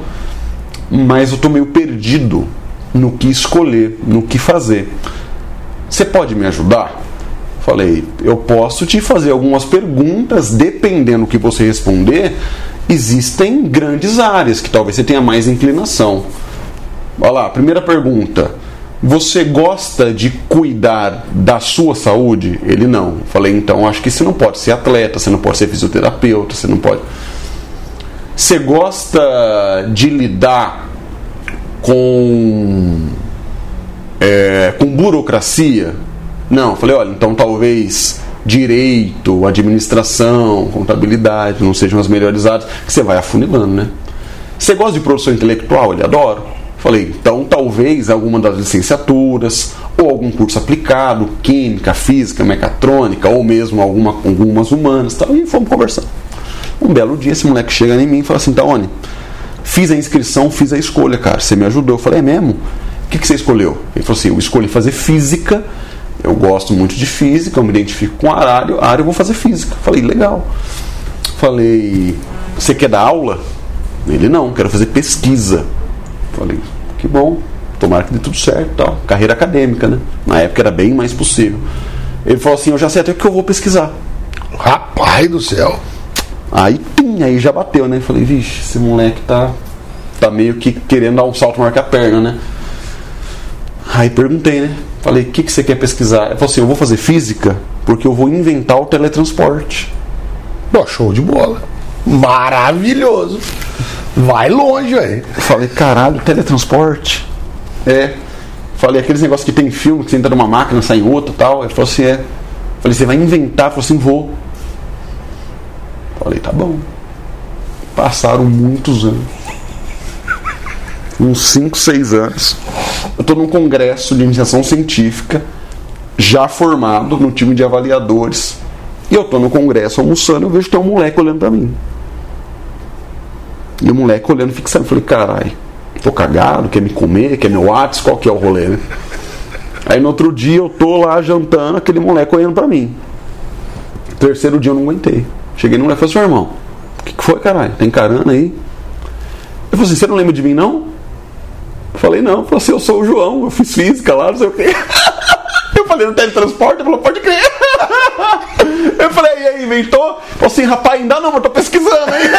A: mas eu tô meio perdido no que escolher, no que fazer. Você pode me ajudar? Falei, eu posso te fazer algumas perguntas, dependendo do que você responder, existem grandes áreas que talvez você tenha mais inclinação. Olha lá, primeira pergunta. Você gosta de cuidar da sua saúde? Ele não. Falei, então acho que você não pode ser atleta, você não pode ser fisioterapeuta, você não pode... Você gosta de lidar com, é, com burocracia? Não. Falei, olha, então talvez direito, administração, contabilidade não sejam as melhores áreas, que você vai afunilando, né? Você gosta de produção intelectual? Ele adora. Falei, então talvez alguma das licenciaturas, ou algum curso aplicado, química, física, mecatrônica, ou mesmo alguma, algumas humanas, tal, e fomos conversando. Um belo dia esse moleque chega em mim e fala assim, Taone, fiz a inscrição, fiz a escolha, cara, você me ajudou. Eu falei, é mesmo? O que, que você escolheu? Ele falou assim, eu escolhi fazer física eu gosto muito de física, eu me identifico com a área, a área eu vou fazer física. Falei, legal. Falei, você quer dar aula? Ele, não, quero fazer pesquisa. Falei, que bom, tomara que dê tudo certo e tal. Carreira acadêmica, né? Na época era bem mais possível. Ele falou assim, eu já sei até o que eu vou pesquisar.
B: Rapaz do céu.
A: Aí, pim, aí já bateu, né? Falei, vixe, esse moleque tá, tá meio que querendo dar um salto maior que a perna, né? Aí perguntei, né? Falei, o que, que você quer pesquisar? Ele falou assim, eu vou fazer física porque eu vou inventar o teletransporte.
B: Pô, show de bola. Maravilhoso. Vai longe, velho.
A: Falei, caralho, teletransporte? É. Falei, aqueles negócios que tem filme, que você entra numa máquina, sai em outra e tal. Ele falou assim, é. Falei, você vai inventar? Ele falou assim, vou. Falei, tá bom. Passaram muitos anos. Uns cinco, seis anos. Eu tô num congresso de iniciação científica, já formado no time de avaliadores. E eu tô no congresso almoçando, eu vejo que tem um moleque olhando pra mim. E o moleque olhando, fixando. Falei, caralho, tô cagado, quer me comer, quer meu WhatsApp, qual que é o rolê, né? Aí no outro dia eu tô lá jantando, aquele moleque olhando pra mim. Terceiro dia eu não aguentei. Cheguei no moleque e falei, seu irmão, o que, que foi, caralho? Tá encarando aí? Eu falei assim, você não lembra de mim, não? Eu falei, não. Eu falei assim, eu sou o João, eu fiz física lá, não sei o quê. Eu falei, não tem teletransporte? Ele falou, pode crer. Eu falei, e aí, inventou? Eu falei assim, rapaz, ainda não, mas tô pesquisando, hein?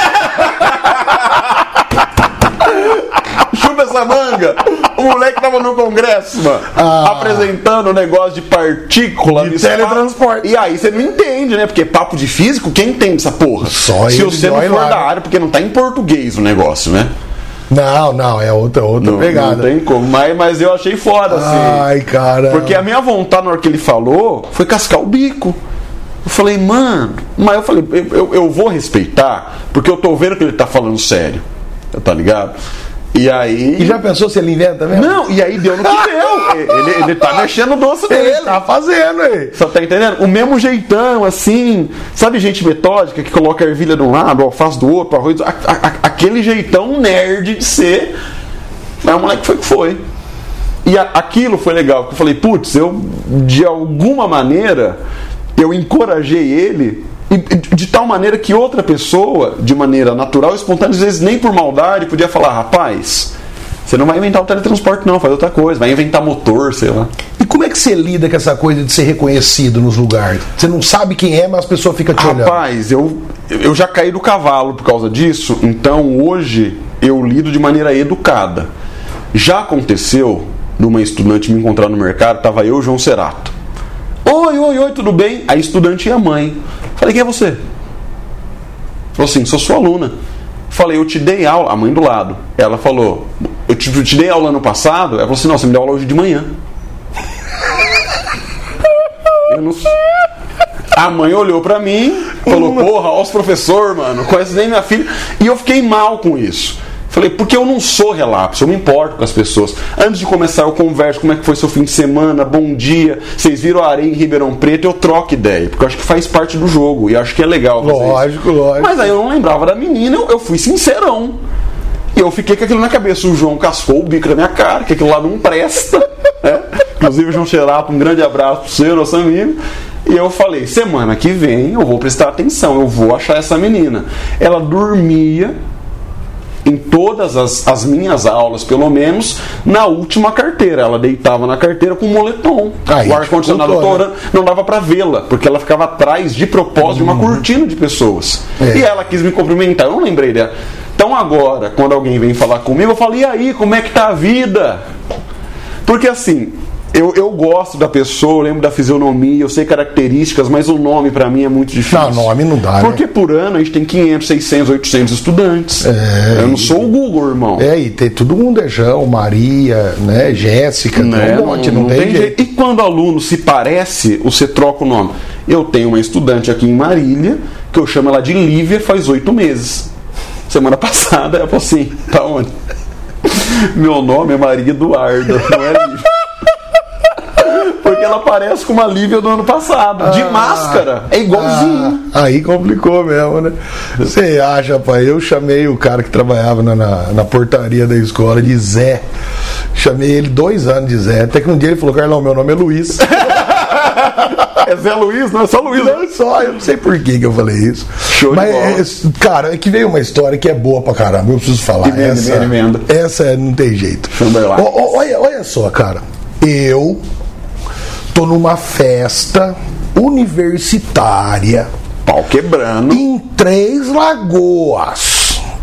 A: Chupa essa manga. O moleque tava no congresso, mano, ah. apresentando um negócio de partícula
B: de teletransporte.
A: E aí você não entende, né? Porque papo de físico, quem entende essa porra?
B: Só
A: Se
B: ele
A: você não for
B: lá,
A: da área, porque não tá em português o negócio, né?
B: Não, não, é outra, outra
A: não,
B: pegada.
A: Não tem como, mas, mas eu achei foda, assim.
B: Ai, cara.
A: Porque a minha vontade na hora que ele falou foi cascar o bico. Eu falei, mano, mas eu falei, eu, eu, eu vou respeitar, porque eu tô vendo que ele tá falando sério. Tá ligado? E aí.
B: E já pensou se ele inventa mesmo?
A: Não, e aí deu no que deu. Ele, ele tá mexendo o doce dele.
B: Ele tá fazendo aí.
A: Você tá entendendo? O mesmo jeitão, assim. Sabe, gente metódica que coloca a ervilha de um lado, alface do outro, arroz. A, a, aquele jeitão nerd de ser. Mas o moleque foi que foi. E a, aquilo foi legal, porque eu falei, putz, eu, de alguma maneira, eu encorajei ele. De tal maneira que outra pessoa, de maneira natural e espontânea, às vezes nem por maldade, podia falar, rapaz, você não vai inventar o teletransporte não, faz outra coisa, vai inventar motor, sei lá.
B: E como é que você lida com essa coisa de ser reconhecido nos lugares? Você não sabe quem é, mas as pessoas ficam te olhando.
A: Rapaz, eu, eu já caí do cavalo por causa disso, então hoje eu lido de maneira educada. Já aconteceu de uma estudante me encontrar no mercado, tava eu e o João Cerato. Oi, oi, oi, tudo bem? A estudante e a mãe. Falei, quem é você? Falou assim, sou sua aluna. Falei, eu te dei aula, a mãe do lado. Ela falou, eu te, eu te dei aula ano passado? Ela falou assim, não, você me deu aula hoje de manhã. Eu não sei. A mãe olhou pra mim, falou, porra, ó os professores, mano, conhece nem minha filha. E eu fiquei mal com isso. Falei, porque eu não sou relapso, eu me importo com as pessoas. Antes de começar, eu converso como é que foi seu fim de semana, bom dia. Vocês viram a areia em Ribeirão Preto, eu troco ideia, porque eu acho que faz parte do jogo e acho que é legal fazer
B: lógico,
A: isso.
B: Lógico,
A: Mas aí eu não lembrava da menina, eu, eu fui sincerão. E eu fiquei com aquilo na cabeça. O João cascou o bico na minha cara, que aquilo lá não presta. Né? Inclusive o João Xerato, um grande abraço pro seu, nosso amigo. E eu falei, semana que vem eu vou prestar atenção, eu vou achar essa menina. Ela dormia em todas as, as minhas aulas, pelo menos, na última carteira. Ela deitava na carteira com um moletom.
B: Aí,
A: o ar-condicionado torando, não dava pra vê-la, porque ela ficava atrás de propósito uhum. de uma cortina de pessoas. É. E ela quis me cumprimentar, eu não lembrei dela. Então agora, quando alguém vem falar comigo, eu falo, e aí, como é que tá a vida? Porque assim, eu, eu gosto da pessoa, eu lembro da fisionomia, eu sei características, mas o nome pra mim é muito difícil.
B: Não, nome não dá,
A: porque
B: né?
A: por ano a gente tem quinhentos, seiscentos, oitocentos estudantes. É, eu não sou o Google, irmão.
B: É, e tem todo mundo, é João, Maria, né, Jéssica,
A: né?
B: Um monte, não, não,
A: não
B: tem,
A: tem jeito. E quando o aluno se parece, você troca o nome. Eu tenho uma estudante aqui em Marília, que eu chamo ela de Lívia faz oito meses. Semana passada ela falou assim, tá onde? Meu nome é Maria Eduarda, não é Lívia. Porque ela parece com uma Lívia do ano passado. De ah, máscara. É igualzinho.
B: Ah, aí complicou mesmo, né? Você acha, pai? Eu chamei o cara que trabalhava na, na, na portaria da escola de Zé. Chamei ele dois anos de Zé. Até que um dia ele falou, Carlão, meu nome é Luiz.
A: É Zé Luiz, não é só Luiz.
B: Não, só, eu não sei por que, que eu falei isso.
A: Show
B: Mas,
A: de bola.
B: é, cara, é que veio uma história que é boa pra caramba, eu preciso falar.
A: Emenda,
B: essa,
A: emenda, emenda.
B: essa não tem jeito.
A: Chamberlain.
B: Ó, ó, olha, olha só, cara. Eu tô numa festa universitária
A: Pau quebrando.
B: em Três Lagoas.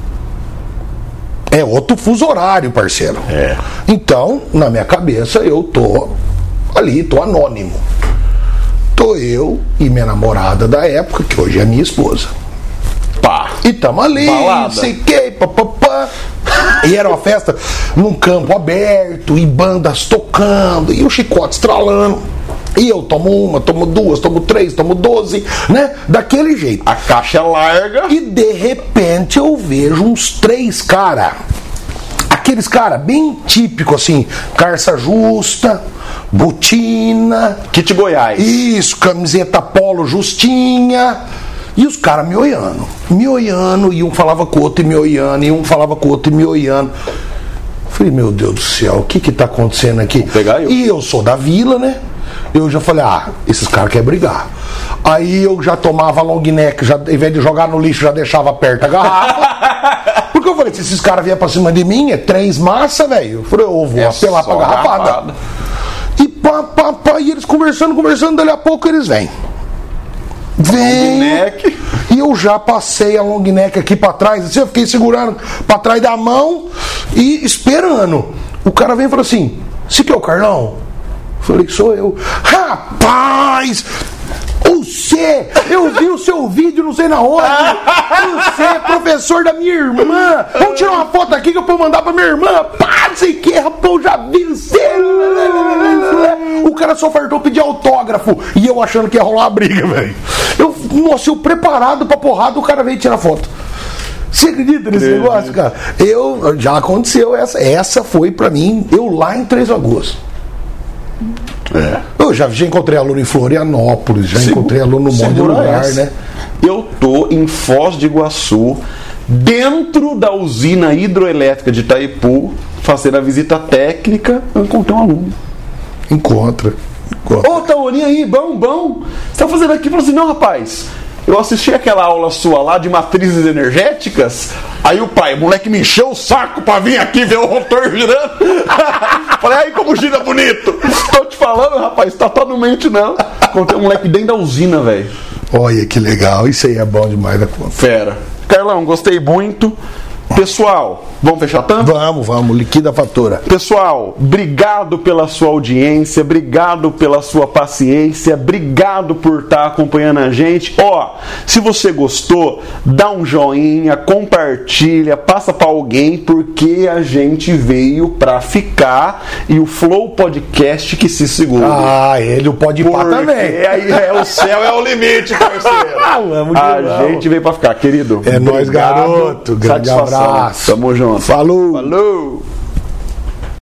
B: É outro fuso horário, parceiro.
A: É.
B: Então, na minha cabeça, eu tô ali, tô anônimo. Tô eu e minha namorada da época, que hoje é minha esposa.
A: Pá.
B: E tamo ali,
A: Balada.
B: não sei o que, papapá. E era uma festa num campo aberto, e bandas tocando, e o chicote estralando. E eu tomo uma, tomo duas, tomo três, tomo doze, né? Daquele jeito.
A: A caixa é larga.
B: E de repente eu vejo uns três cara, aqueles cara bem típico assim, calça justa, botina,
A: Kit Goiás.
B: isso, camiseta polo justinha. E os caras me olhando, me olhando, e um falava com o outro e me olhando, e um falava com o outro e me olhando. Falei, meu Deus do céu, o que que tá acontecendo aqui?
A: Vou pegar eu.
B: E eu sou da vila, né? Eu já falei, ah, esses caras querem brigar. Aí eu já tomava long neck, já, em vez de jogar no lixo, já deixava perto a garrafa. Porque eu falei, se esses caras vierem pra cima de mim, é três massa, velho. Eu falei, eu vou
A: É
B: apelar pra
A: só
B: garrafada.
A: garrafada.
B: E pá, pá, pá, e eles conversando, conversando, dali a pouco eles vêm. Vem.
A: Neck.
B: E eu já passei a long neck aqui pra trás, assim, eu fiquei segurando pra trás da mão e esperando. O cara vem e falou assim: "Você que é o Carlão?" Eu falei, sou eu. Rapaz! Você! Eu vi o seu vídeo, não sei na onde. Você é professor da minha irmã. Vamos tirar uma foto aqui que eu vou mandar pra minha irmã. Pá, não sei o que, rapaz, eu já vi você. O cara só fartou pedir autógrafo. E eu achando que ia rolar uma briga, velho. Eu, nossa, eu preparado pra porrada, o cara veio tirar foto. Você acredita nesse
A: Acredito.
B: negócio, cara? Eu, já aconteceu essa. Essa foi pra mim, eu lá em Três Lagoas.
A: É.
B: Eu já, já encontrei aluno em Florianópolis, já
A: Segu-
B: encontrei aluno num monte de
A: segura
B: lugar,
A: essa.
B: né?
A: Eu tô em Foz de Iguaçu, dentro da usina hidroelétrica de Itaipu, fazendo a visita técnica. Eu encontrei um aluno.
B: Encontra. encontra.
A: Ô, Taorinha aí, bom, bom. Você tá fazendo aqui? Falou assim, não, rapaz. Eu assisti aquela aula sua lá de matrizes energéticas. Aí o pai, o moleque me encheu o saco pra vir aqui ver o rotor girando. Falei, aí como gira bonito. Tô te falando, rapaz, tá todo mente não. Encontrei um moleque dentro da usina, velho.
B: Olha que legal, isso aí é bom demais da conta.
A: Fera. Carlão, gostei muito. Pessoal, vamos fechar tanto?
B: Vamos, vamos, liquida a fatura.
A: Pessoal, obrigado pela sua audiência, obrigado pela sua paciência, obrigado por estar acompanhando a gente. Ó, se você gostou, dá um joinha, compartilha, passa pra alguém, porque a gente veio pra ficar e o Flow Podcast que se segura.
B: Ah, ele o pode ir pra
A: Porque
B: também.
A: aí é, o céu é o limite, parceiro.
B: Vamos de
A: A
B: novo.
A: gente veio pra ficar, querido.
B: É nóis,
A: Obrigado.
B: garoto. Grande
A: Satisfação.
B: abraço.
A: Tamo junto.
B: Falou.
A: Falou.